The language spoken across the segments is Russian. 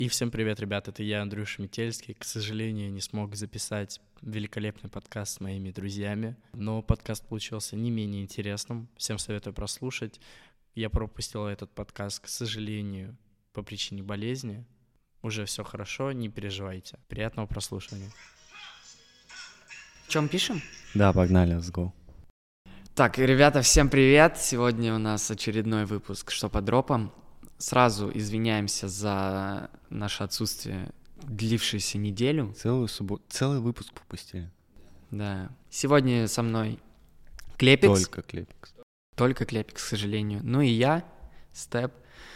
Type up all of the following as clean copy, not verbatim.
И всем привет, ребят, это я, Андрюша Метельский. К сожалению, не смог записать великолепный подкаст с моими друзьями, но подкаст получился не менее интересным. Всем советую прослушать. Я пропустил этот подкаст, к сожалению, по причине болезни. Уже все хорошо, не переживайте. Приятного прослушивания. В чем пишем? Да, погнали, let's go. Так, ребята, всем привет! Сегодня у нас очередной выпуск «Что по дропам?». Сразу извиняемся за наше отсутствие, длившееся неделю. Целый выпуск пропустили. Да. Сегодня со мной Клепикс. Только Клепикс, к сожалению. Ну и я, Степ.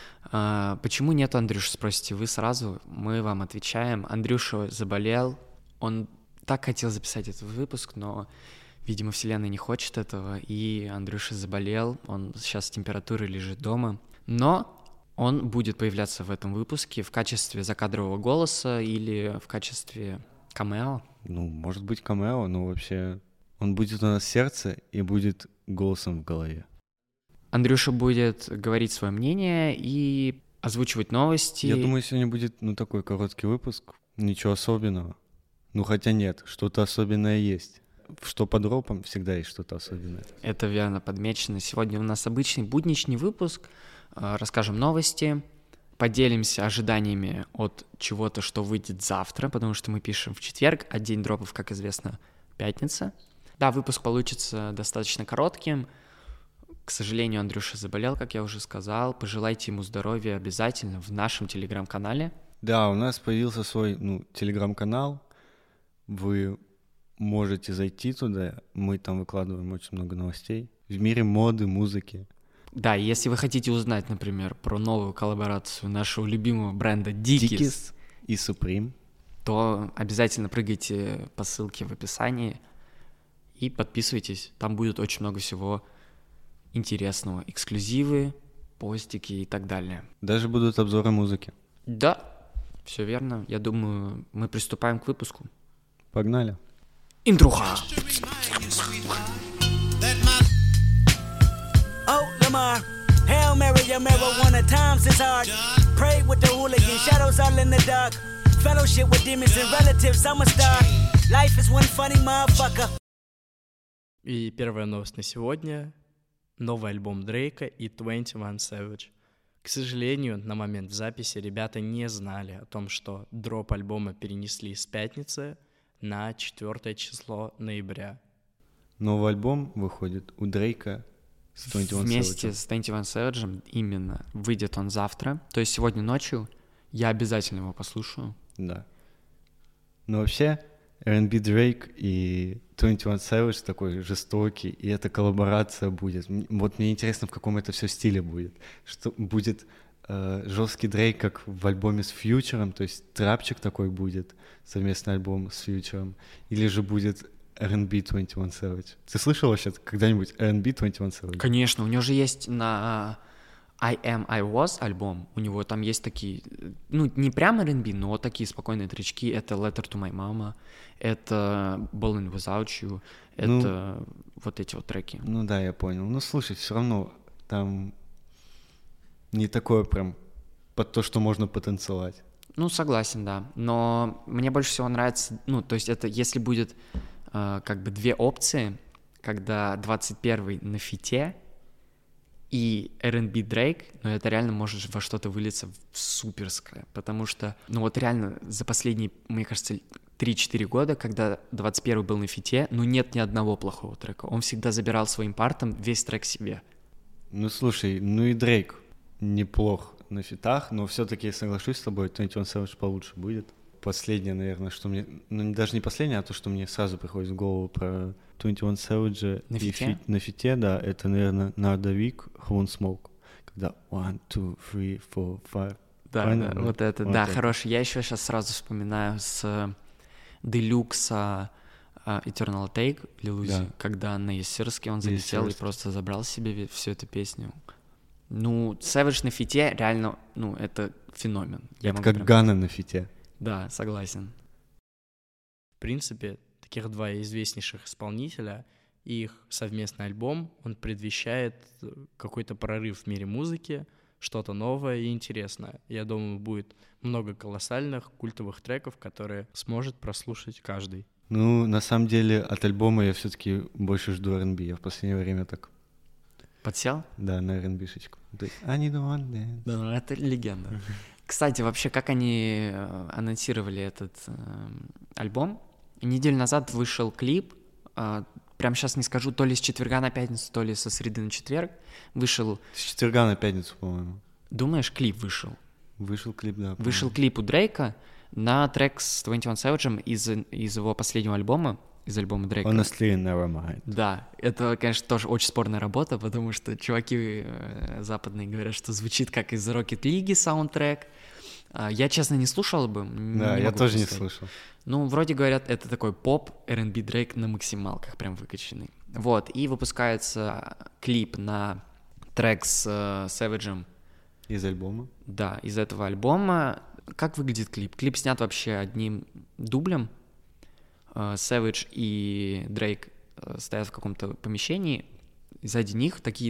Почему нет Андрюши, спросите вы сразу. Мы вам отвечаем. Андрюша заболел. Он так хотел записать этот выпуск, но, видимо, вселенная не хочет этого. И Андрюша заболел. Он сейчас с температурой лежит дома. Но он будет появляться в этом выпуске в качестве закадрового голоса или в качестве камео. Ну, может быть, камео, но вообще он будет у нас в сердце и будет голосом в голове. Андрюша будет говорить свое мнение и озвучивать новости. Я думаю, сегодня будет, такой короткий выпуск. Ничего особенного. Хотя нет, что-то особенное есть. Что по дропам всегда есть что-то особенное. Это верно подмечено. Сегодня у нас обычный будничный выпуск. Расскажем новости, поделимся ожиданиями от чего-то, что выйдет завтра, потому что мы пишем в четверг, а день дропов, как известно, пятница. Да, выпуск получится достаточно коротким. К сожалению, Андрюша заболел, как я уже сказал. Пожелайте ему здоровья обязательно в нашем телеграм-канале. Да, у нас появился свой телеграм-канал. Вы можете зайти туда. Мы там выкладываем очень много новостей в мире моды, музыки. Да, если вы хотите узнать, например, про новую коллаборацию нашего любимого бренда Dickies и Supreme, то обязательно прыгайте по ссылке в описании и подписывайтесь. Там будет очень много всего интересного. Эксклюзивы, постики и так далее. Даже будут обзоры музыки. Да, все верно. Я думаю, мы приступаем к выпуску. Погнали. Интруха! Hail Mary, your marijuana times is hard. Pray with the hooligan, shadows all in the dark. Fellowship with demons and relatives, I'm a star. Life is one funny motherfucker. И первая новость на сегодня. Новый альбом Дрейка и 21 Savage. К сожалению, на момент записи ребята не знали о том, что дроп альбома перенесли с пятницы на 4 число ноября. Новый альбом выходит у Дрейка с 21 вместе с 21 Savage, именно. Выйдет он завтра. То есть сегодня ночью я обязательно его послушаю. Да. Но вообще R&B Дрейк и 21 Savage такой жестокий, и эта коллаборация будет. Вот мне интересно, в каком это все стиле будет. Что будет жесткий Дрейк, как в альбоме с Фьючером, то есть трапчик такой будет, совместный альбом с Фьючером, или же будет R&B 21 Savage. Ты слышал вообще когда-нибудь R&B 21 Savage? Конечно, у него же есть на I Am, I Was альбом, у него там есть такие, не прям R&B, но вот такие спокойные тречки, это Letter to My Mama, это Ballin' Without You, это вот эти вот треки. Да, я понял. Слушай, все равно там не такое прям под то, что можно потанцевать. Согласен, да, но мне больше всего нравится, то есть это если будет как бы две опции, когда 21-й на фите и R&B Дрейк, это реально может во что-то вылиться в суперское, потому что, реально за последние, мне кажется, 3-4 года, когда 21-й был на фите, нет ни одного плохого трека, он всегда забирал своим партом весь трек себе. Слушай, и Дрейк неплох на фитах, но все-таки я соглашусь с тобой, 21 Savage получше будет. Последнее, наверное, что мне... даже не последнее, а то, что мне сразу приходит в голову про 21 Savage на фите, да, это, наверное, Nardavik, Who Won't Smoke. Когда 1, 2, 3, 4, 5. Да, вот это, да, хороший. Я еще сейчас сразу вспоминаю с Делюкса Eternal Take Lil Uzi, когда на Ессерске он залетел и просто забрал себе всю эту песню. Savage на фите реально, это феномен. Это как Гана на фите. Да, согласен. В принципе, таких два известнейших исполнителя и их совместный альбом, он предвещает какой-то прорыв в мире музыки, что-то новое и интересное. Я думаю, будет много колоссальных культовых треков, которые сможет прослушать каждый. Ну, на самом деле, от альбома я все-таки больше жду R&B. Я в последнее время так... Подсел? Да, на R&B-шечку. I need one dance. Да, ну это легенда. Кстати, вообще, как они анонсировали этот альбом? Неделю назад вышел клип, прям сейчас не скажу, то ли с четверга на пятницу, то ли со среды на четверг. Вышел... С четверга на пятницу, по-моему. Думаешь, клип вышел? Вышел клип, да. Вышел клип у Дрейка на трек с 21 Savage из его последнего альбома, из альбома Дрейка. Honestly, never mind. Да, это, конечно, тоже очень спорная работа, потому что чуваки западные говорят, что звучит как из Rocket League саундтрек. Я, честно, не слушал бы. Да, я тоже не слышал. Ну, вроде говорят, это такой поп, R&B Дрейк на максималках, прям выкачанный. Вот, и выпускается клип на трек с Savage. Из альбома? Да, из этого альбома. Как выглядит клип? Клип снят вообще одним дублем. Savage и Дрейк стоят в каком-то помещении. И сзади них такие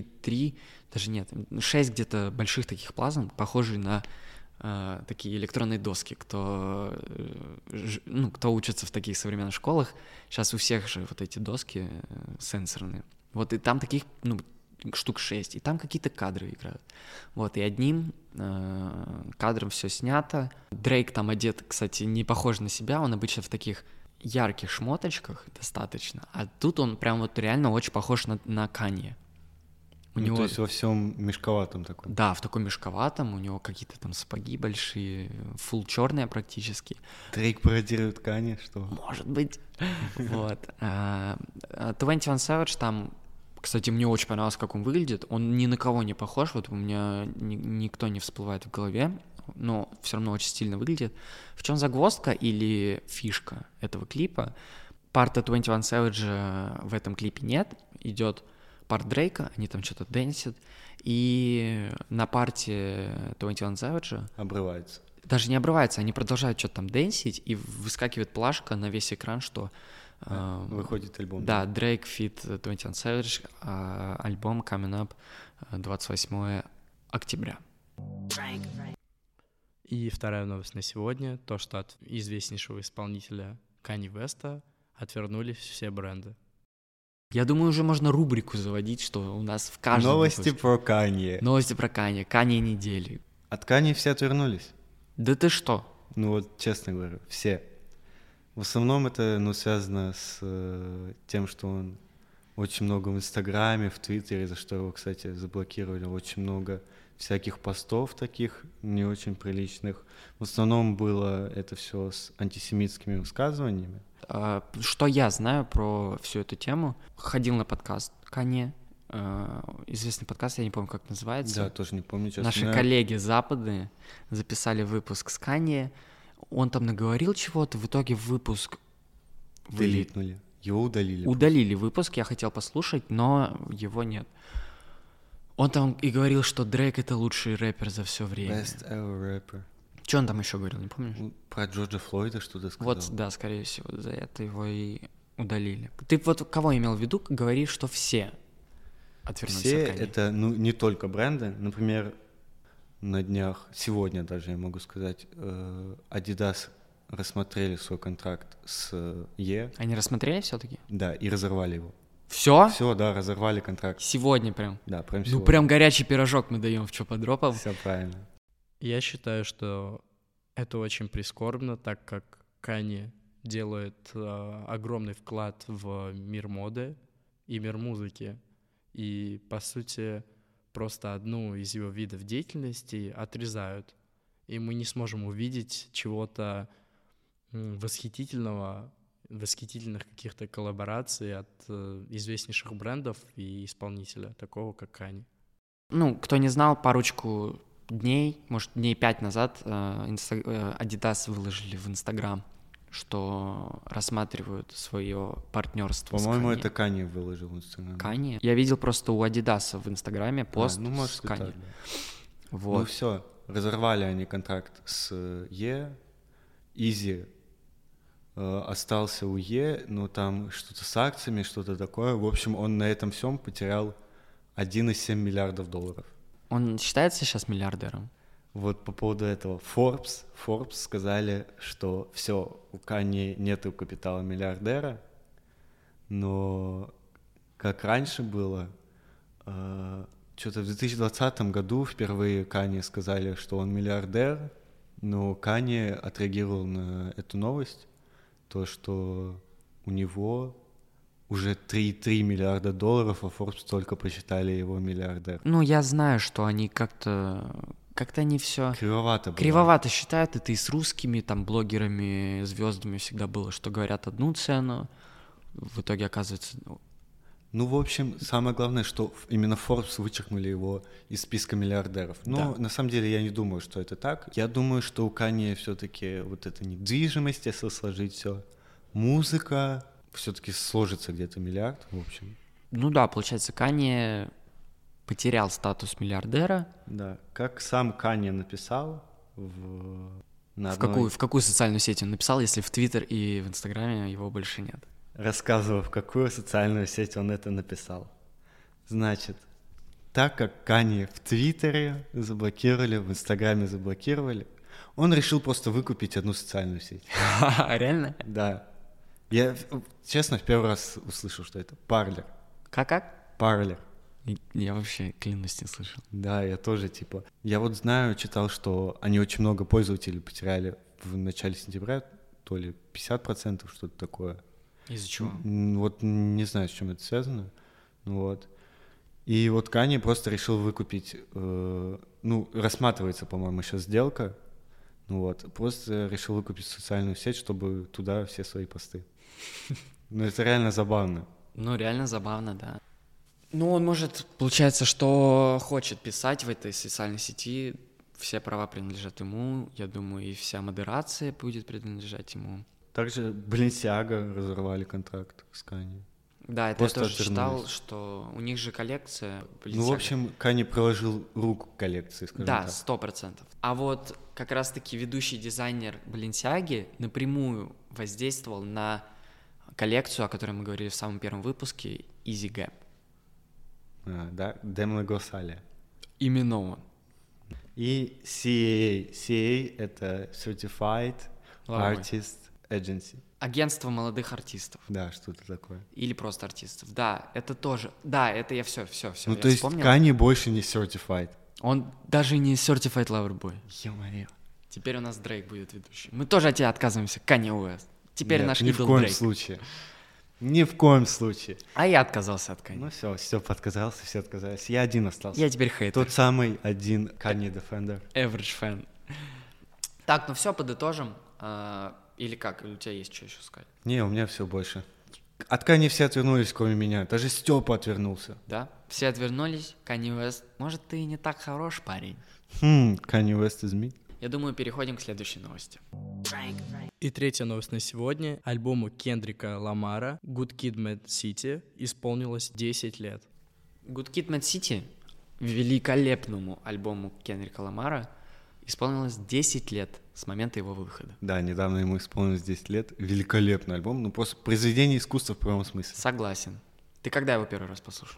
6 где-то больших таких плазм, похожие на такие электронные доски. Кто учится в таких современных школах, сейчас у всех же вот эти доски сенсорные. Вот и там таких, штук 6, и там какие-то кадры играют. Вот, и одним кадром все снято. Дрейк там одет, кстати, не похож на себя, он обычно в таких ярких шмоточках достаточно, а тут он прям вот реально очень похож на Канье. У него... То есть во всем мешковатом таком. Да, в таком мешковатом, у него какие-то там сапоги большие, фулл черные практически. Дрейк пародирует Канье, что? Может быть. Вот. 21 Savage там, кстати, мне очень понравилось, как он выглядит. Он ни на кого не похож, вот у меня никто не всплывает в голове, но все равно очень стильно выглядит. В чем загвоздка или фишка этого клипа? Парта 21 Savage в этом клипе нет, идет парт Дрейка, они там что-то дэнсят, и на парте 21 Savage обрывается. Даже не обрывается, они продолжают что-то там дэнсить, и выскакивает плашка на весь экран, что... выходит альбом. Да, Drake feat. 21 Savage, альбом coming up 28 октября. И вторая новость на сегодня, то, что от известнейшего исполнителя Канье Веста отвернулись все бренды. Я думаю, уже можно рубрику заводить, что у нас в каждом... Новости про Канье. Новости про Канье, Канье недели. От Канье все отвернулись. Да ты что? Ну вот, честно говорю, все. В основном это, связано с тем, что он очень много в Инстаграме, в Твиттере, за что его, кстати, заблокировали, очень много всяких постов таких не очень приличных. В основном было это все с антисемитскими высказываниями. Что я знаю про всю эту тему? Ходил на подкаст Канье, известный подкаст, я не помню, как называется. Да, тоже не помню. Честно. Наши коллеги западные записали выпуск с Канье. Он там наговорил чего-то, в итоге выпуск... Делитнули. Его удалили. Удалили выпуск, я хотел послушать, но его нет. Он там и говорил, что Дрейк — это лучший рэпер за все время. Best ever rapper. Что он там еще говорил, не помнишь? Про Джорджа Флойда что-то сказал. Вот, да, скорее всего, за это его и удалили. Ты вот кого имел в виду, говоришь, что все отвернулись все от Канье? Это, не только бренды. Например, на днях, сегодня даже я могу сказать, Adidas рассмотрели свой контракт с Е. Они рассмотрели все-таки? Да, и разорвали его. Все? Все, да, разорвали контракт. Сегодня прям? Да, прям сегодня. Ну, прям горячий пирожок мы даем в Чоподропом. Все правильно. Я считаю, что это очень прискорбно, так как Канье делает огромный вклад в мир моды и мир музыки. И, по сути, просто одну из его видов деятельности отрезают. И мы не сможем увидеть чего-то восхитительных каких-то коллабораций от известнейших брендов и исполнителя, такого как Канье. Ну, кто не знал, парочку дней, может, дней 5 назад Adidas выложили в Инстаграм, что рассматривают свое партнерство По-моему, с Канье. это Канье выложил в Инстаграм. Канье? Я видел просто у Adidas в Инстаграме пост может, с Канье. Так, да. Вот. Ну все, разорвали они контракт с Е, Изи остался у Е, но там что-то с акциями, что-то такое. В общем, он на этом всем потерял $1,7 миллиарда. Он считается сейчас миллиардером? Вот по поводу этого. Forbes сказали, что все, у Канье нету капитала миллиардера, но как раньше было, что-то в 2020 году впервые Канье сказали, что он миллиардер, но Канье отреагировал на эту новость, то, что у него уже 3 миллиарда долларов, а Forbes только посчитали его миллиардер. Ну, я знаю, что они как-то они все Кривовато считают. Это и с русскими там блогерами, звездами всегда было, что говорят одну цену, в итоге оказывается... Ну, в общем, самое главное, что именно Forbes вычеркнули его из списка миллиардеров. Но на самом деле я не думаю, что это так. Я думаю, что у Канье все-таки вот эта недвижимость, если сложить все, музыка, все-таки сложится где-то миллиард, в общем. Ну да, получается, Канье потерял статус миллиардера. Да, как сам Канье написал В какую социальную сеть он написал, если в Твиттер и в Инстаграме его больше нет? Рассказываю, в какую социальную сеть он это написал. Значит, так как Канье в Твиттере заблокировали, в Инстаграме заблокировали, он решил просто выкупить одну социальную сеть. Реально? Да. Я, честно, в первый раз услышал, что это Parler. Как? Parler. Я вообще, клянусь, не слышал. Да, я тоже, типа... Я вот знаю, читал, что они очень много пользователей потеряли в начале сентября, то ли 50%, что-то такое. Из-за чего? Вот не знаю, с чем это связано. Вот. И вот Канье просто решил выкупить... рассматривается, по-моему, сейчас сделка. Просто решил выкупить социальную сеть, чтобы туда все свои посты. Это реально забавно. Реально забавно, да. Он может, получается, что хочет писать в этой социальной сети, все права принадлежат ему, я думаю, и вся модерация будет принадлежать ему. Также Balenciaga разорвали контракт с Канье. Да, это Просто я тоже отвернулись. читал, что у них же коллекция Balenciaga. В общем, Канье приложил руку к коллекции, скажем да, так. 100%. А вот как раз-таки ведущий дизайнер Balenciaga напрямую воздействовал на коллекцию, о которой мы говорили в самом первом выпуске, Easy Gap. Да, Демна Госалия. Именно он. И CAA. CAA — это Certified Artist Agency. Агентство молодых артистов. Да, что-то такое. Или просто артистов. Да, это тоже. Да, это я все. Ну, я то есть вспомнил. Канье больше не Certified. Он даже не Certified Lover Boy. Ё-моё. Теперь у нас Дрейк будет ведущий. Мы тоже от тебя отказываемся, Канье Уэст. Теперь Нет, наш ни идол в коем Дрейк. случае. Ни в коем случае. А я отказался от Канье. Ну все отказался, все отказались. Я один остался. Я теперь хейтер. Тот самый один Канье Defender. Average fan. Так, все, подытожим. Или как? Или у тебя есть что еще сказать? Не, у меня все больше. От Канье все отвернулись, кроме меня. Даже Степа отвернулся. Да? Все отвернулись. Канье Уэст. Может, ты не так хорош, парень? Канье West is me. Я думаю, переходим к следующей новости. И третья новость на сегодня. Альбому Кендрика Ламара Good Kid, Mad City исполнилось 10 лет. Good Kid, Mad City, великолепному альбому Кендрика Ламара, исполнилось 10 лет с момента его выхода. Да, недавно ему исполнилось 10 лет. Великолепный альбом. Просто произведение искусства в прямом смысле. Согласен. Ты когда его первый раз послушал?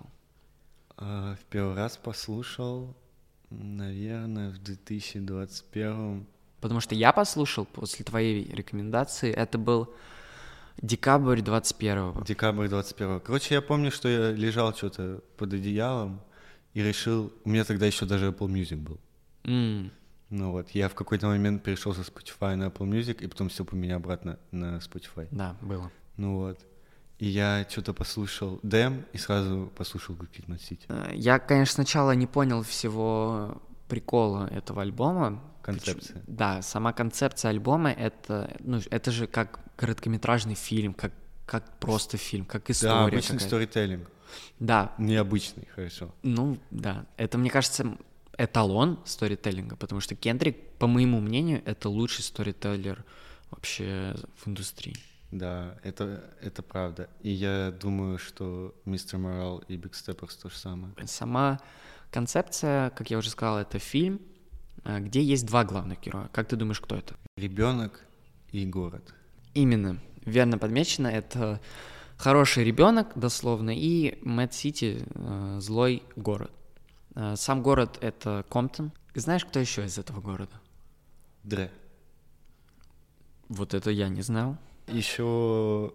В первый раз послушал, наверное, в 2021. Потому что я послушал после твоей рекомендации, это был декабрь 21-го. Декабрь 21-го. Короче, я помню, что я лежал что-то под одеялом и решил... У меня тогда еще даже Apple Music был. Я в какой-то момент перешел со Spotify на Apple Music, и потом все поменял обратно на Spotify. Да, было. И я что-то послушал Дэм и сразу послушал Good Kid, Mad City. Я, конечно, сначала не понял всего прикола этого альбома. Концепция. Да, сама концепция альбома это же как короткометражный фильм, как просто фильм, как история. Да, обычный сторителлинг. Да. Необычный, хорошо. Да. Это, мне кажется, эталон сторителлинга, потому что Кендрик, по моему мнению, это лучший сторителлер вообще в индустрии. Да, это правда. И я думаю, что Mr. Morale и Big Steppers то же самое. Сама концепция, как я уже сказал, это фильм, где есть два главных героя. Как ты думаешь, кто это? Ребенок и город. Именно. Верно подмечено. Это хороший ребенок, дословно, и Мэд Сити, злой город. Сам город — это Комптон. Знаешь, кто еще из этого города? Дре. Вот это я не знал. Еще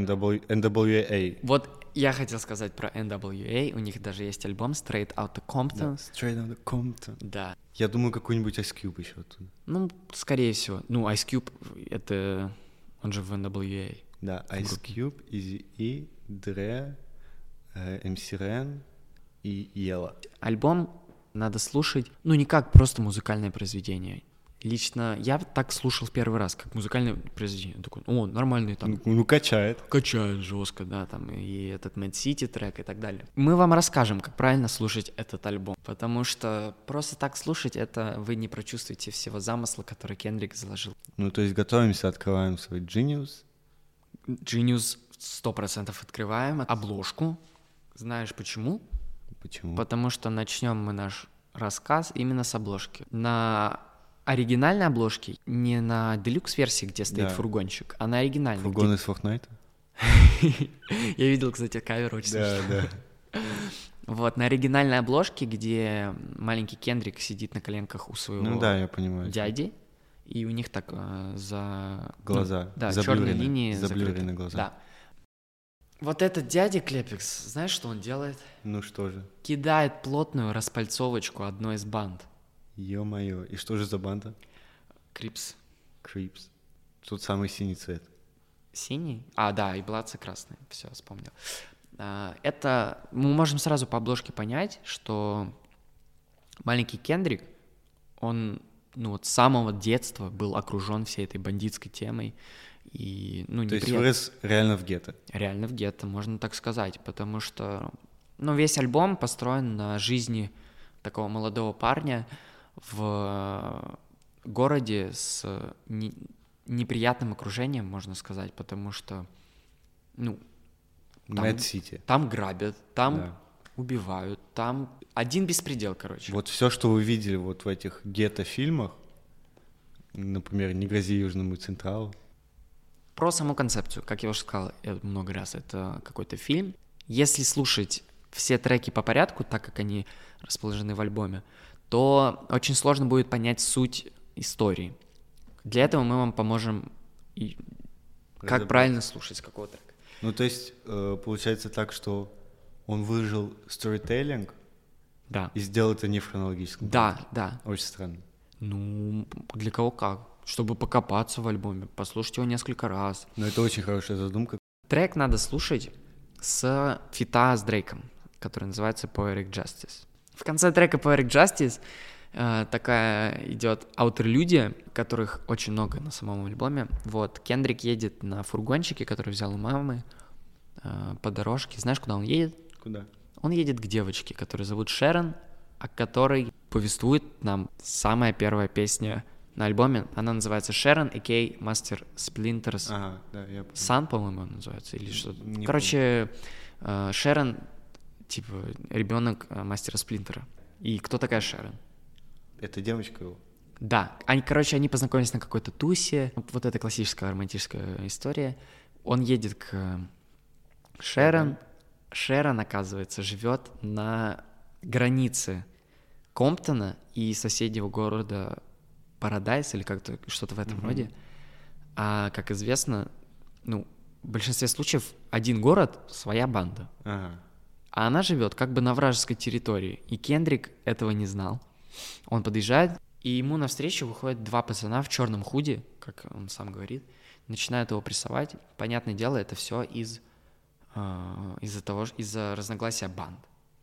NWA. Вот я хотел сказать про NWA. У них даже есть альбом Straight Outta Compton. Straight Outta Compton. Да. Я думаю, какой-нибудь Ice Cube еще оттуда. Ну, скорее всего. Ну, Ice Cube — это... Он же в NWA. Да, Ice Cube, Eazy-E, Dre, MC Ren и Yella. Альбом надо слушать, ну, не как просто музыкальное произведение. Лично я так слушал в первый раз, как музыкальное произведение. Такой, о, нормальный там. Ну, качает. Качает жестко, да, там и этот Mad City трек и так далее. Мы вам расскажем, как правильно слушать этот альбом, потому что просто так слушать, это вы не прочувствуете всего замысла, который Кендрик заложил. Ну, то есть готовимся, открываем свой Genius. Genius 100% открываем. Обложку. Знаешь почему? Почему? Потому что начнем мы наш рассказ именно с обложки. На оригинальной обложке, не на делюкс-версии, где стоит фургончик, а на оригинальной. Фургон из Fortnite? Я видел, кстати, кавер очень смешно. Да. Вот, на оригинальной обложке, где маленький Кендрик сидит на коленках у своего я понимаю. дяди, и у них так за... Глаза. Да, черные линии заблюрены глаза. Да. Вот этот дядя Клепикс, знаешь, что он делает? Ну что же? Кидает плотную распальцовочку одной из банд. Ё-моё, и что же за банда? Крипс. Крипс. Тот самый синий цвет. Синий? А, да, и блатцы красные, все, вспомнил. Это, мы можем сразу по обложке понять, что маленький Кендрик, он, ну вот с самого детства был окружен всей этой бандитской темой. И, ну, то есть вырос реально в гетто? Реально в гетто, можно так сказать, потому что, ну, весь альбом построен на жизни такого молодого парня в городе с неприятным окружением, можно сказать, потому что, ну, Mad City. Там грабят, там убивают, там один беспредел, короче. Вот все, что вы видели вот в этих гетто-фильмах, например, «Не грози Южному Централу». Про саму концепцию, как я уже сказал много раз, это какой-то фильм. Если слушать все треки по порядку, так как они расположены в альбоме, то очень сложно будет понять суть истории. Для этого мы вам поможем, как правильно слушать какого трека. Ну, то есть, получается так, что он выжил сторителлинг и сделал это не в хронологическом порядке. Да. Очень странно. Ну, для кого как. Чтобы покопаться в альбоме, послушать его несколько раз. Но это очень хорошая задумка. Трек надо слушать с фита с Дрейком, который называется Poetic Justice. В конце трека Poetic Justice такая идет аутерлюдия, которых очень много на самом альбоме. Вот, Кендрик едет на фургончике, который взял у мамы, по дорожке. Знаешь, куда он едет? Куда? Он едет к девочке, которую зовут Шерон, о которой повествует нам самая первая песня на альбоме. Она называется Шерон, a.k.a. Master Splinters. Ага, да, я понял. Сан, по-моему, он называется, или что-то. Короче, Шерон, типа, ребенок мастера Сплинтера. И кто такая Шерон? Это девочка его? Да. Они познакомились на какой-то тусе. Вот это классическая романтическая история. Он едет к Шерон. Шерон, оказывается, живет на границе Комптона и соседнего города Парадайз или как-то что-то в этом роде. А, как известно, ну, в большинстве случаев один город — своя банда. Ага. А она живет как бы на вражеской территории. И Кендрик этого не знал. Он подъезжает, и ему навстречу выходят два пацана в черном худи, как он сам говорит, начинают его прессовать. Понятное дело, это все из-за разногласия банд.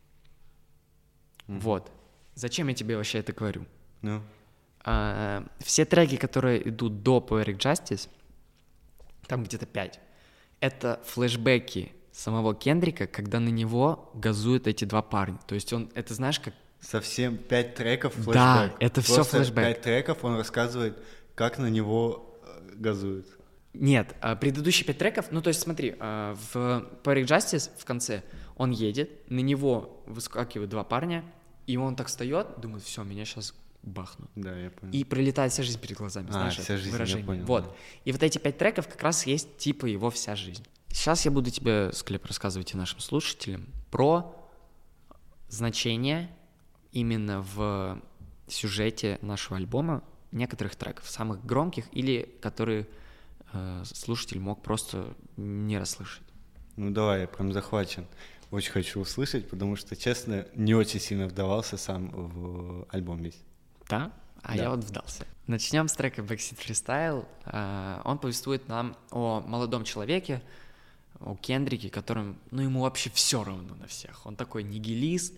Вот. Зачем я тебе вообще это говорю? Ну? Все треки, которые идут до Poetic Justice, там где-то 5, это флешбеки самого Кендрика, когда на него газуют эти два парня. То есть он, это знаешь, как... Совсем 5 треков флешбэк. Да, это все флешбэк. 5 треков он рассказывает, как на него газуют. Нет, предыдущие 5 треков, ну то есть смотри, в Poetic Justice в конце он едет, на него выскакивают два парня, и он так встает, думает, все, меня сейчас бахнут. Да, я понял. И пролетает вся жизнь перед глазами, знаешь, вся жизнь, выражение. я понял. Вот. Да. И вот эти 5 треков как раз есть типа его вся жизнь. Сейчас я буду тебе, Склеп, рассказывать и нашим слушателям про значение именно в сюжете нашего альбома некоторых треков, самых громких или которые слушатель мог просто не расслышать. Ну давай, я прям захвачен. Очень хочу услышать, потому что, честно, не очень сильно вдавался сам в альбом весь. Да? А Да. я вот вдался. Начнем с трека Backseat Freestyle. Он повествует нам о молодом человеке, о Кендрике, которым, ему вообще все равно на всех. Он такой нигилист,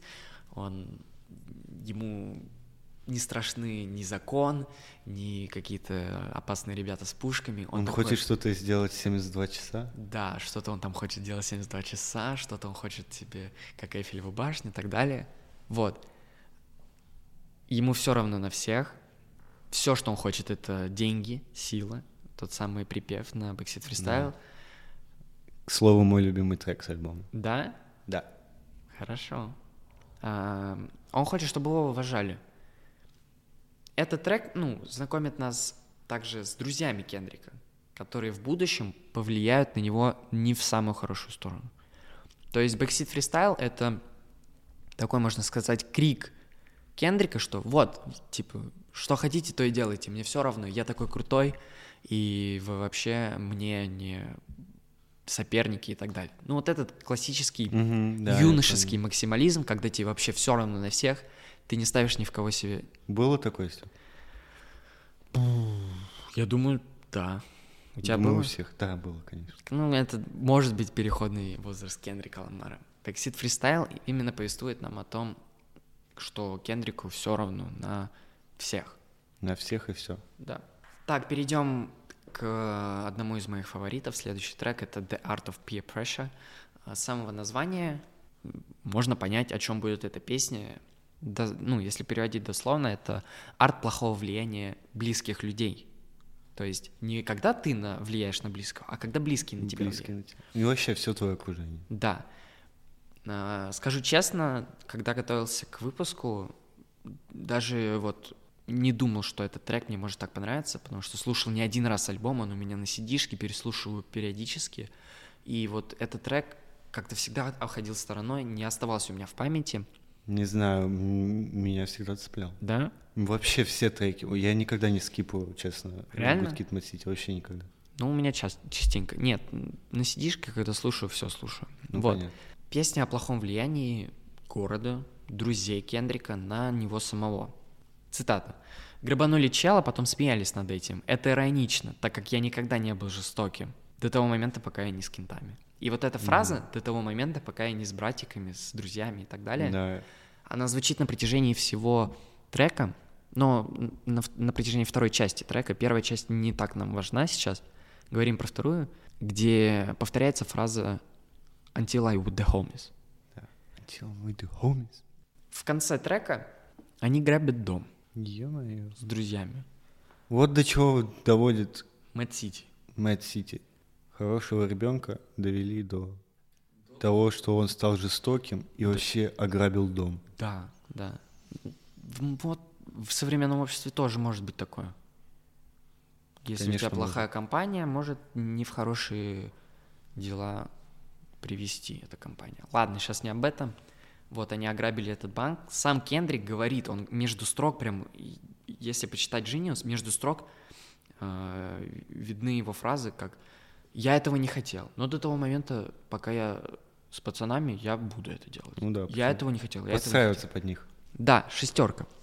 ему не страшны ни закон, ни какие-то опасные ребята с пушками. Он такой... хочет что-то сделать 72 часа? Да, что-то он там хочет делать 72 часа, что-то он хочет себе, как Эйфелеву башню и так далее. Вот. Ему все равно на всех. Все, что он хочет, это деньги, сила. Тот самый припев на Backseat Freestyle. Да. К слову, мой любимый трек с альбома. Да? Да. Хорошо. Он хочет, чтобы его уважали. Этот трек, знакомит нас также с друзьями Кендрика, которые в будущем повлияют на него не в самую хорошую сторону. То есть Backseat Freestyle — это такой, можно сказать, крик Кендрика, что вот, типа, что хотите, то и делайте, мне все равно, я такой крутой, и вы вообще мне не соперники и так далее. Вот этот классический юношеский максимализм, когда тебе вообще все равно на всех, ты не ставишь ни в кого себе. Было такое? Я думаю, да. У тебя Думаю, было? у всех, да, было, конечно. Это может быть переходный возраст Кендрика Ламара. Backseat Freestyle именно повествует нам о том, что Кендрику все равно на всех. На всех и все. Да. Так, перейдем к одному из моих фаворитов. Следующий трек — это The Art of Peer Pressure. С самого названия можно понять, о чем будет эта песня. Если переводить дословно, это арт плохого влияния близких людей. То есть не когда ты влияешь на близкого, а когда близкие на тебя влияют. И вообще все твое окружение. Да. Скажу честно, когда готовился к выпуску, даже не думал, что этот трек мне может так понравиться, потому что слушал не один раз альбом, он у меня на CD-шке, переслушиваю периодически. И этот трек как-то всегда обходил стороной, не оставался у меня в памяти. Не знаю, меня всегда цеплял. Да? Вообще все треки. Я никогда не скипаю, честно. Реально? Good Kid, Mad City, вообще никогда. У меня частенько. Нет, на CD-шке, когда слушаю, все слушаю. Понятно. Песня о плохом влиянии города, друзей Кендрика на него самого. Цитата. «Грабанули чела, потом смеялись над этим. Это иронично, так как я никогда не был жестоким. До того момента, пока я не с кентами». И эта фраза «до того момента, пока я не с братиками, с друзьями» и так далее, да. Она звучит на протяжении всего трека, но на протяжении второй части трека. Первая часть не так нам важна сейчас. Говорим про вторую, где повторяется фраза «Until I with the homies». Until I with the homies. В конце трека они грабят дом. Ё-моё. С друзьями. Вот до чего доводит Mad City. Mad City. Хорошего ребенка довели до того, что он стал жестоким и вообще ограбил дом. Да. В современном обществе тоже может быть такое. Если Конечно, у тебя плохая компания, может не в хорошие дела привести эта компания. Ладно, сейчас не об этом. Они ограбили этот банк. Сам Кендрик говорит, он между строк, прям, если почитать Genius, между строк видны его фразы, как «я этого не хотел, но до того момента, пока я с пацанами, я буду это делать». Да, я этого не хотел. Подстраиваться под них. Да, 6.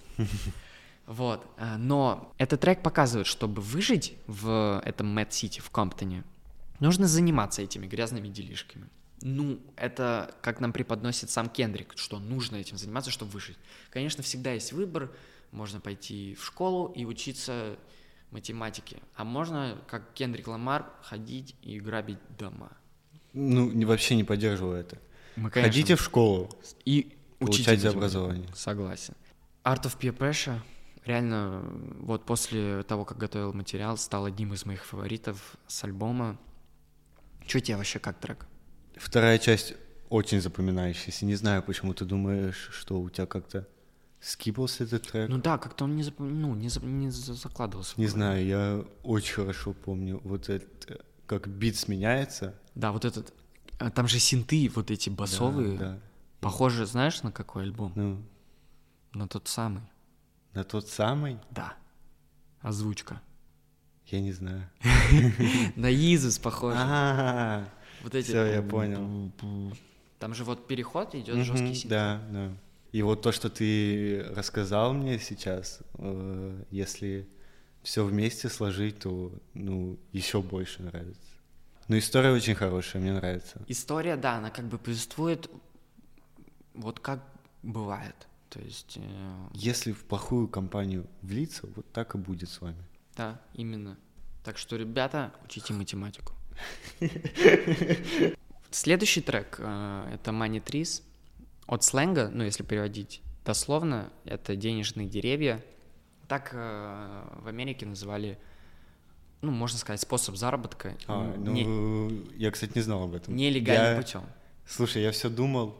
Но этот трек показывает, чтобы выжить в этом Mad City, в Комптоне, нужно заниматься этими грязными делишками. Это как нам преподносит сам Кендрик, что нужно этим заниматься, чтобы выжить. Конечно, всегда есть выбор. Можно пойти в школу и учиться математике. А можно, как Кендрик Ламар, ходить и грабить дома. Вообще не поддерживаю это. Мы, конечно, ходите в школу и получайте образование. Согласен. Art of Peer Pressure реально после того, как готовил материал, стал одним из моих фаворитов с альбома. Что тебе вообще как трек? Вторая часть очень запоминающаяся. Не знаю, почему ты думаешь, что у тебя как-то скипался этот трек. Как-то он не закладывался. Не знаю, я очень хорошо помню это, как бит сменяется. Да, этот, там же синты эти басовые. Да. Похоже, знаешь, на какой альбом? На тот самый. На тот самый? Да. Озвучка. Я не знаю. На Иисус похоже. А, Вот эти... все, я понял. Там же вот переход идет жесткий синт. Да, да. И вот то, что ты рассказал мне сейчас, если все вместе сложить, то, ну, еще больше нравится. Ну, история очень хорошая, мне нравится. История, да, она как бы повествует вот как бывает. То есть... Если в плохую компанию влиться, вот так и будет с вами. Да, именно. Так что, ребята, учите математику. Следующий трек — это Money Trees. От сленга, ну, если переводить дословно, это денежные деревья. Так в Америке называли, ну, можно сказать, способ заработка. Я, кстати, не знал об этом. Нелегальным путем. Слушай, я все думал,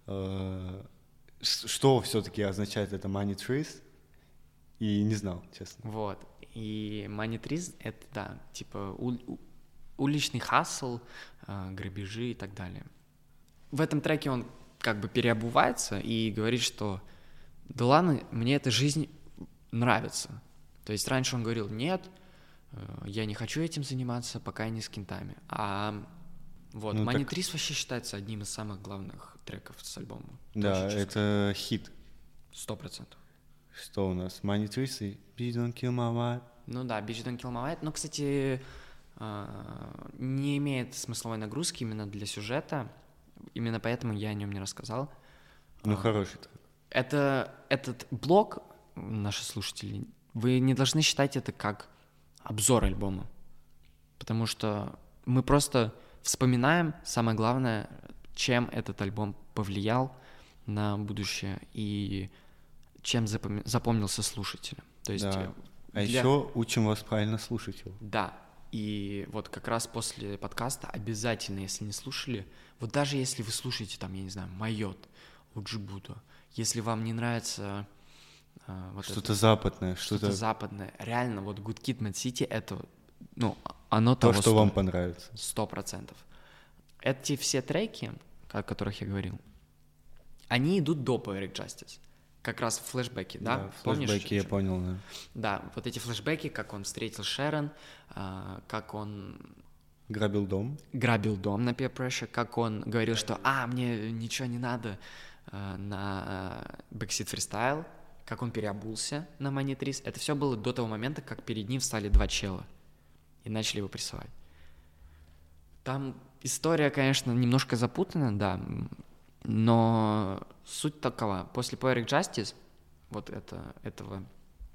что все-таки означает это Money Trees, и не знал, честно. Вот. И Money Trees — это, да, типа уличный хассл, грабежи и так далее. В этом треке он как бы переобувается и говорит, что да ладно, мне эта жизнь нравится. То есть раньше он говорил, нет, я не хочу этим заниматься, пока я не с кентами. А вот Money Trees вообще считается одним из самых главных треков с альбома. Да, это хит. 100%. Что у нас? Money Trees и Bitch Don't Kill My Vibe. Ну да, Bitch Don't Kill My Vibe. Но, кстати, не имеет смысловой нагрузки именно для сюжета. Именно поэтому я о нем не рассказал. Ну, хороший трек. Этот блог, наши слушатели, вы не должны считать это как обзор альбома. Потому что мы просто вспоминаем, самое главное, чем этот альбом повлиял на будущее и чем запомнился слушателям. То есть, да. Еще учим вас правильно слушать его. Да. И вот как раз после подкаста обязательно, если не слушали, вот даже если вы слушаете, там, я не знаю, Майот, Уджибуту, если вам не нравится вот что-то западное, что-то западное, реально, вот Good Kid, Mad City, это, ну, оно то, того что стоит. вам понравится. 100%. Эти все треки, о которых я говорил, они идут до Poetic Justice. Как раз флешбеки, да? Помнишь? Флешбеки, я понял, да. Да, вот эти флешбеки, как он встретил Шерон, как он... Грабил дом на Peer Pressure, как он говорил, что мне ничего не надо на Backseat Freestyle, как он переобулся на Money Trees. Это все было до того момента, как перед ним встали два чела и начали его прессовать. Там история, конечно, немножко запутана, да, но суть такова. После Poetic Justice, вот этого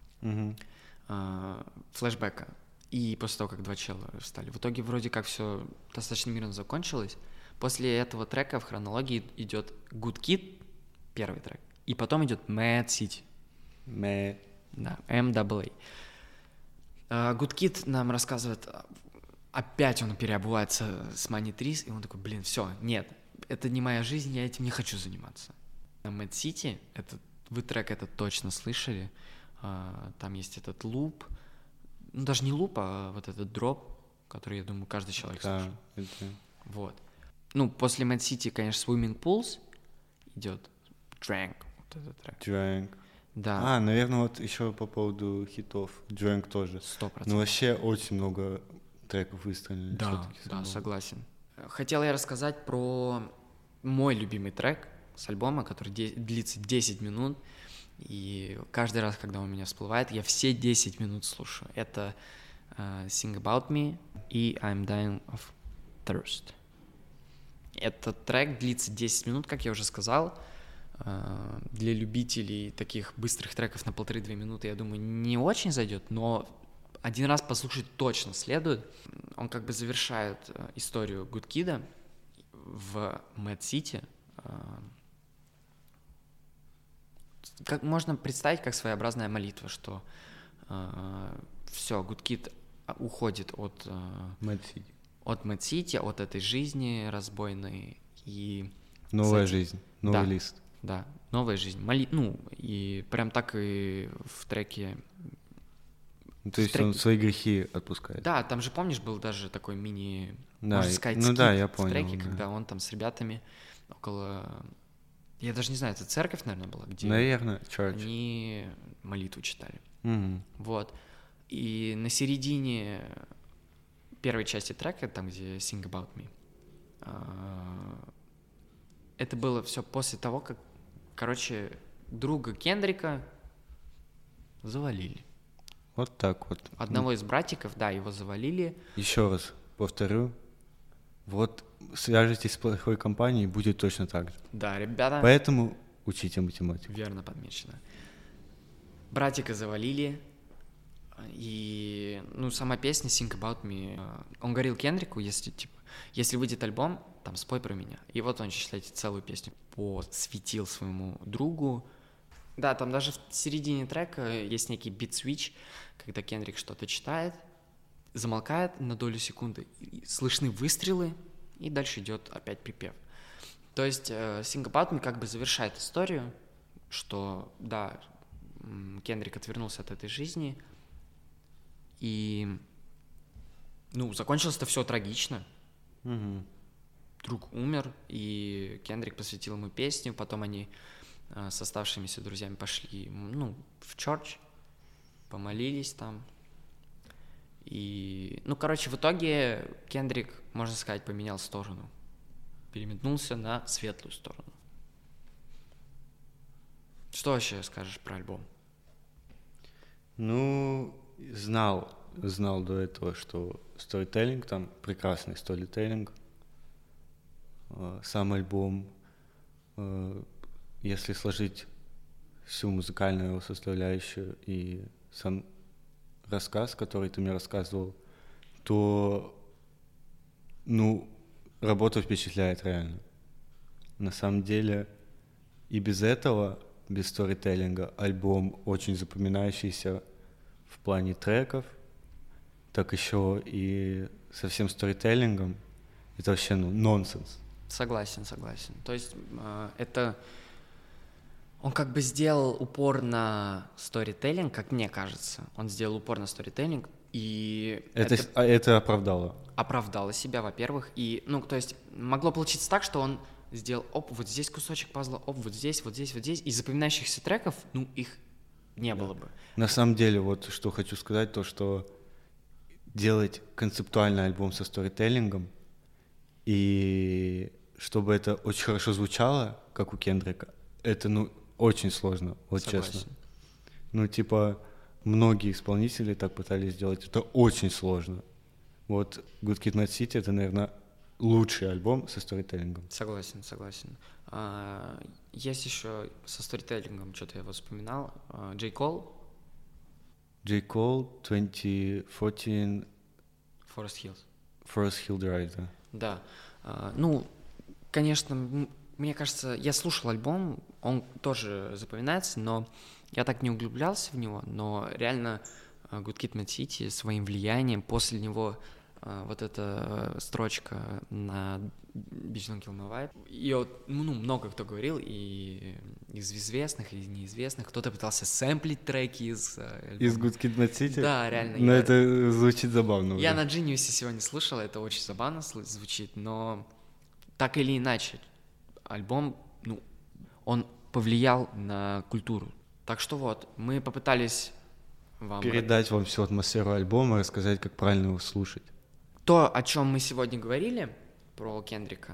флешбека, и после того, как два чела встали, в итоге вроде как все достаточно мирно закончилось. После этого трека в хронологии идет Good Kid, первый трек, и потом идет Mad City. Да, MAA. Good Kid нам рассказывает, опять он переобувается с Money Trees, и он такой, блин, все, нет, это не моя жизнь, я этим не хочу заниматься. Mad City, вы трек этот точно слышали, там есть этот луп, ну даже не луп, а вот этот дроп, который, я думаю, каждый человек слышал. Вот. Ну, после Mad City, конечно, Swimming Pools идет Drank, вот этот трек. Drank. Да. Наверное, вот еще по поводу хитов. Drank тоже. 100%. Ну, вообще очень много треков выстрелили. Да, согласен. Хотел я рассказать про мой любимый трек с альбома, который длится 10 минут, и каждый раз, когда он у меня всплывает, я все 10 минут слушаю. Это Sing About Me и I'm Dying of Thirst. Этот трек длится 10 минут, как я уже сказал. Для любителей таких быстрых треков на 1,5-2 минуты, я думаю, не очень зайдет, но один раз послушать точно следует. Он как бы завершает историю Good Kid'а в Mad City. Как можно представить как своеобразная молитва, что все, Good Kid уходит от Mad City, от этой жизни разбойной и новая жизнь, новый лист. Да, новая жизнь. И прям так и в треке. То есть он свои грехи отпускает. Да, там же, помнишь, был даже такой мини, да, можно сказать, скит я понял, в треке, когда он там с ребятами около Я даже не знаю, это церковь, наверное, была, где Наверное, church. они молитву читали. Мгм. Вот. И на середине первой части трека, там, где Sing About Me, это было все после того, как, короче, друга Кендрика завалили. Вот так вот. Одного из братиков, да, его завалили. Еще раз повторю. Вот свяжетесь с плохой компанией, будет точно так же. Да, ребята. Поэтому учите математику. Верно подмечено. Братика завалили. И, ну, сама песня Think About Me, он говорил Кендрику, если выйдет альбом, там, спой про меня. И вот он, считайте, целую песню посвятил своему другу. Да, там даже в середине трека есть некий бит-свитч, когда Кендрик что-то читает, замолкает на долю секунды, и слышны выстрелы, и дальше идет опять припев. То есть Think About Me как бы завершает историю, что, да, Кендрик отвернулся от этой жизни, и, ну, закончилось это все трагично. Мгм. Друг умер, и Кендрик посвятил ему песню, потом они с оставшимися друзьями пошли, ну, в church, помолились там. И, ну, короче, в итоге Кендрик, можно сказать, поменял сторону, переметнулся на светлую сторону. Что вообще скажешь про альбом? Ну, знал до этого, что сторителлинг, там прекрасный сторителлинг. Сам альбом, если сложить всю музыкальную его составляющую и сам рассказ, который ты мне рассказывал, то, ну, работа впечатляет реально. На самом деле и без этого, без сторителлинга, альбом очень запоминающийся в плане треков, так еще и со всем сторителлингом. Это вообще, ну, нонсенс. Согласен. То есть это... Он как бы сделал упор на сторителлинг, как мне кажется. Он сделал упор на сторителлинг, и Это оправдало. оправдало себя, во-первых. И, ну, то есть могло получиться так, что он сделал, оп, вот здесь кусочек пазла, оп, вот здесь. И запоминающихся треков, ну, их не было бы. На самом деле, вот что хочу сказать, то, что делать концептуальный альбом со сторителлингом, и чтобы это очень хорошо звучало, как у Кендрика, это, ну, очень сложно, вот Согласен. честно. Ну, типа, многие исполнители так пытались сделать, это очень сложно. Вот Good Kid, Mad City — это, наверное, лучший альбом со сторителлингом. Согласен. Есть еще со сторителлингом, что-то я его вспоминал, Джей Кол, J. Cole, 2014, Forest Hills. Forest Hill Drive, да. Да. Ну, конечно, мне кажется, я слушал альбом, он тоже запоминается, но я так не углублялся в него, но реально Good Kid, Mad City своим влиянием, после него вот эта строчка на Bitch Don't Kill My Vibe, ее, ну, много кто говорил, и из известных, и из неизвестных, кто-то пытался сэмплить треки из альбома. Из Good Kid, Mad City? Да, реально. Но это звучит забавно. Я уже. на Genius сегодня слышал, это очень забавно звучит, но так или иначе, альбом, ну, он повлиял на культуру. Так что вот, мы попытались вам... Передать вам всю атмосферу альбома, рассказать, как правильно его слушать. То, о чем мы сегодня говорили, про Кендрика,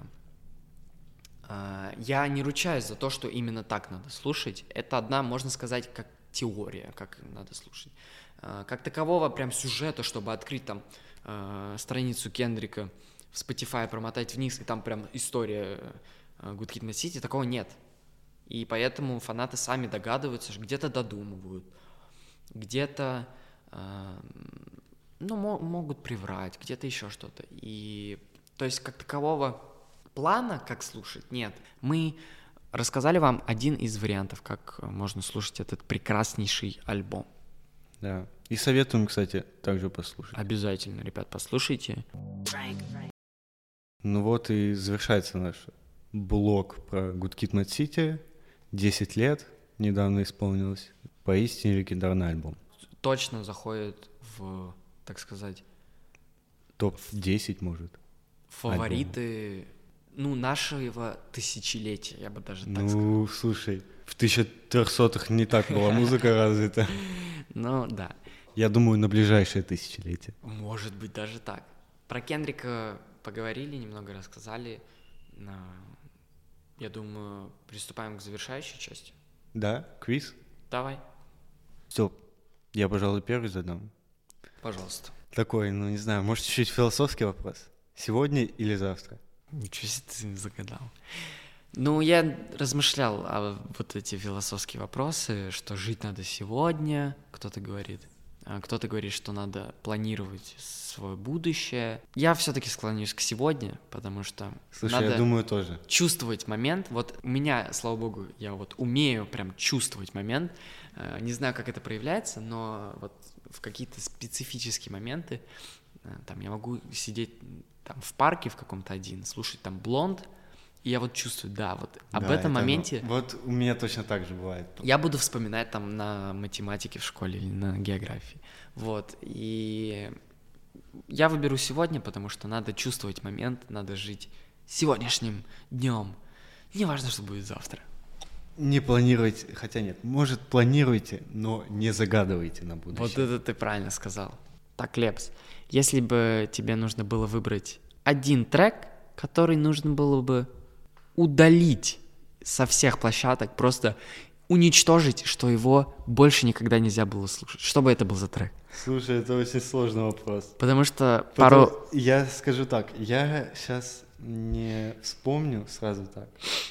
я не ручаюсь за то, что именно так надо слушать. Это одна, можно сказать, как теория, как надо слушать. Как такового прям сюжета, чтобы открыть там страницу Кендрика в Spotify, промотать вниз, и там прям история Good Kid, Mad City, такого нет. И поэтому фанаты сами догадываются, где-то додумывают, где-то, ну, могут приврать, где-то еще что-то. И, то есть, как такового плана, как слушать, нет. Мы рассказали вам один из вариантов, как можно слушать этот прекраснейший альбом. Да. И советуем, кстати, также послушать. Обязательно, ребят, послушайте. Ну вот и завершается наш блог про Good Kid, Mad City. 10 лет недавно исполнилось. Поистине легендарный альбом. Точно заходит в, так сказать, Топ-10, может. фавориты нашего тысячелетия, я бы даже так сказал. Ну, слушай, в 1300-х не так была музыка развита. Ну, да. Я думаю, на ближайшее тысячелетие. Может быть, даже так. Про Кендрика поговорили, немного рассказали. Я думаю, приступаем к завершающей части. Да, квиз? Давай. Все, я, пожалуй, первый задам. Пожалуйста. Такой, не знаю, может, чуть-чуть философский вопрос. Сегодня или завтра? Ничего себе ты загадал. Я размышлял о вот эти философские вопросы, что жить надо сегодня, кто-то говорит, что надо планировать свое будущее. Я все-таки склоняюсь к сегодня, потому что Слушай, надо я думаю, тоже. чувствовать момент. Вот у меня, слава богу, я вот умею прям чувствовать момент. Не знаю, как это проявляется, но вот в какие-то специфические моменты там я могу сидеть там в парке в каком-то один, слушать там Блонд, и я вот чувствую, об этом моменте... Вот у меня точно так же бывает. Я буду вспоминать там на математике в школе или на географии. И я выберу сегодня, потому что надо чувствовать момент, надо жить сегодняшним днем. Не важно, что будет завтра. Не планируйте, хотя нет, может, планируйте, но не загадывайте на будущее. Вот это ты правильно сказал. Так, Лепс, если бы тебе нужно было выбрать один трек, который нужно было бы удалить со всех площадок, просто уничтожить, что его больше никогда нельзя было слушать. Что бы это был за трек? Слушай, это очень сложный вопрос. Потому что Я скажу так, я сейчас не вспомню сразу так,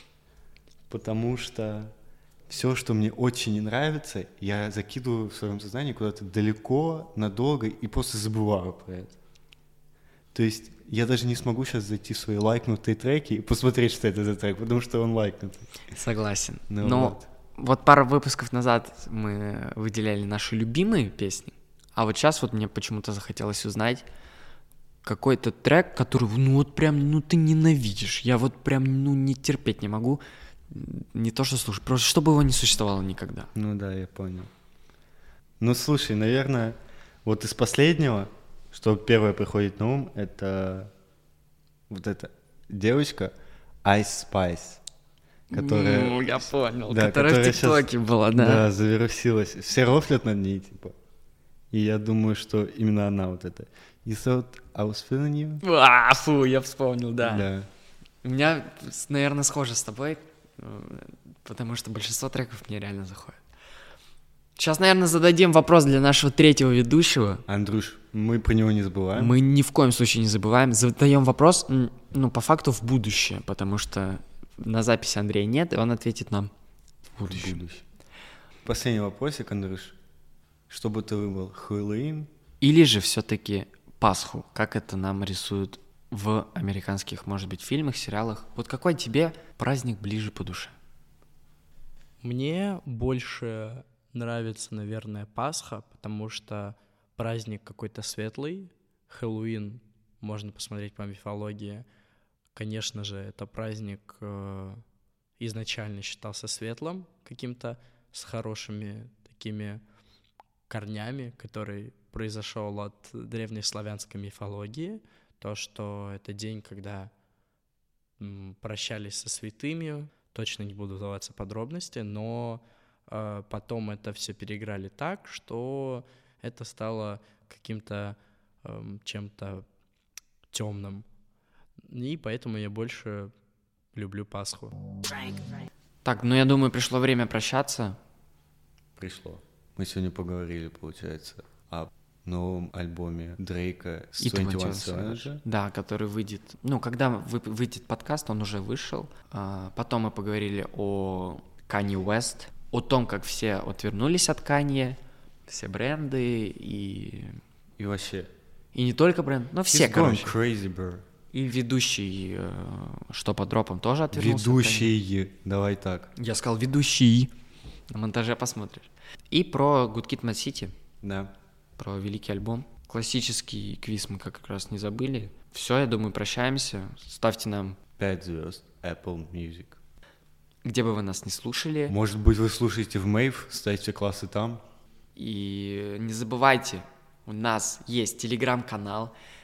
потому что все, что мне очень не нравится, я закидываю в своем сознании куда-то далеко, надолго и просто забываю про это. То есть я даже не смогу сейчас зайти в свои лайкнутые треки и посмотреть, что это за трек, потому что он лайкнутый. Согласен. Ну, но вот пару выпусков назад мы выделяли наши любимые песни, а вот сейчас вот мне почему-то захотелось узнать какой-то трек, который, ты ненавидишь. Я вот прям, не терпеть не могу. Не то, что слушать, просто чтобы его не существовало никогда. Ну да, я понял. Ну слушай, наверное, вот из последнего, что первое приходит на ум, это вот эта девочка Ice Spice, которая... я понял, да, которая в ТикТоке была, да. Да, завирусилась. Все рофлят над ней, типа. И я думаю, что именно она вот эта. You thought I was feeling you? Фу, я вспомнил, да. Да. У меня, наверное, схоже с тобой, потому что большинство треков мне реально заходит. Сейчас, наверное, зададим вопрос для нашего третьего ведущего. Андрюш, мы про него не забываем. Мы ни в коем случае не забываем. Задаем вопрос, по факту, в будущее, потому что на записи Андрея нет, и он ответит нам в будущем. Последний вопросик, Андрюш. Что бы ты выбрал, Хэллоуин? Или же все-таки Пасху, как это нам рисуют в американских, может быть, фильмах, сериалах. Вот какой тебе праздник ближе по душе? Мне больше нравится, наверное, Пасха, потому что праздник какой-то светлый. Хэллоуин можно посмотреть по мифологии. Конечно же, это праздник изначально считался светлым, каким-то с хорошими такими корнями, который произошел от древней славянской мифологии. То, что это день, когда прощались со святыми. Точно не буду вдаваться в подробности, но потом это все переиграли так, что это стало каким-то чем-то темным. И поэтому я больше люблю Пасху. Так, я думаю, пришло время прощаться. Пришло. Мы сегодня поговорили, получается, о новом альбоме Дрейка с И 21 Savage. Да, который выйдет... когда выйдет подкаст, он уже вышел. Потом мы поговорили о Kanye West, о том, как все отвернулись от Kanye, все бренды и вообще. И не только бренд, но все, короче. Crazy, bro. И ведущий, что по дропам, тоже отвернулся. Ведущий, давай так. Я сказал ведущий. На монтаже посмотришь. И про Good Kid, Mad City. Да. Про великий альбом. Классический квиз мы как раз не забыли. Все, я думаю, прощаемся. Ставьте нам 5 звезд Apple Music. Где бы вы нас не слушали. Может быть, вы слушаете в Мэйв, ставьте классы там. И не забывайте, у нас есть телеграм-канал.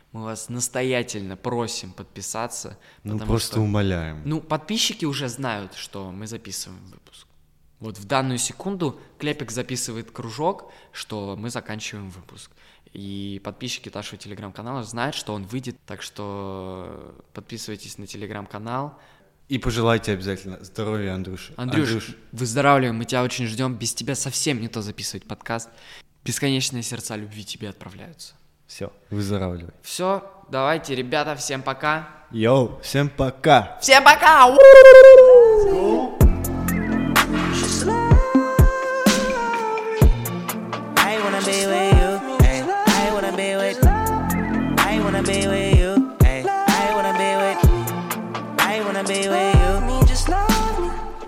Мы вас настоятельно просим подписаться. Ну, потому просто что, умоляем. ну, подписчики уже знают, что мы записываем выпуск. Вот в данную секунду Клепик записывает кружок, что мы заканчиваем выпуск. И подписчики нашего телеграм-канала знают, что он выйдет. Так что подписывайтесь на телеграм-канал. И пожелайте обязательно здоровья Андрюше. Андрюш, выздоравливаем, мы тебя очень ждем. Без тебя совсем не то записывать подкаст. Бесконечные сердца любви тебе отправляются. Все, выздоравливай. Все, давайте, ребята, всем пока. Йоу, всем пока! Всем пока! I wanna be with you. I wanna be with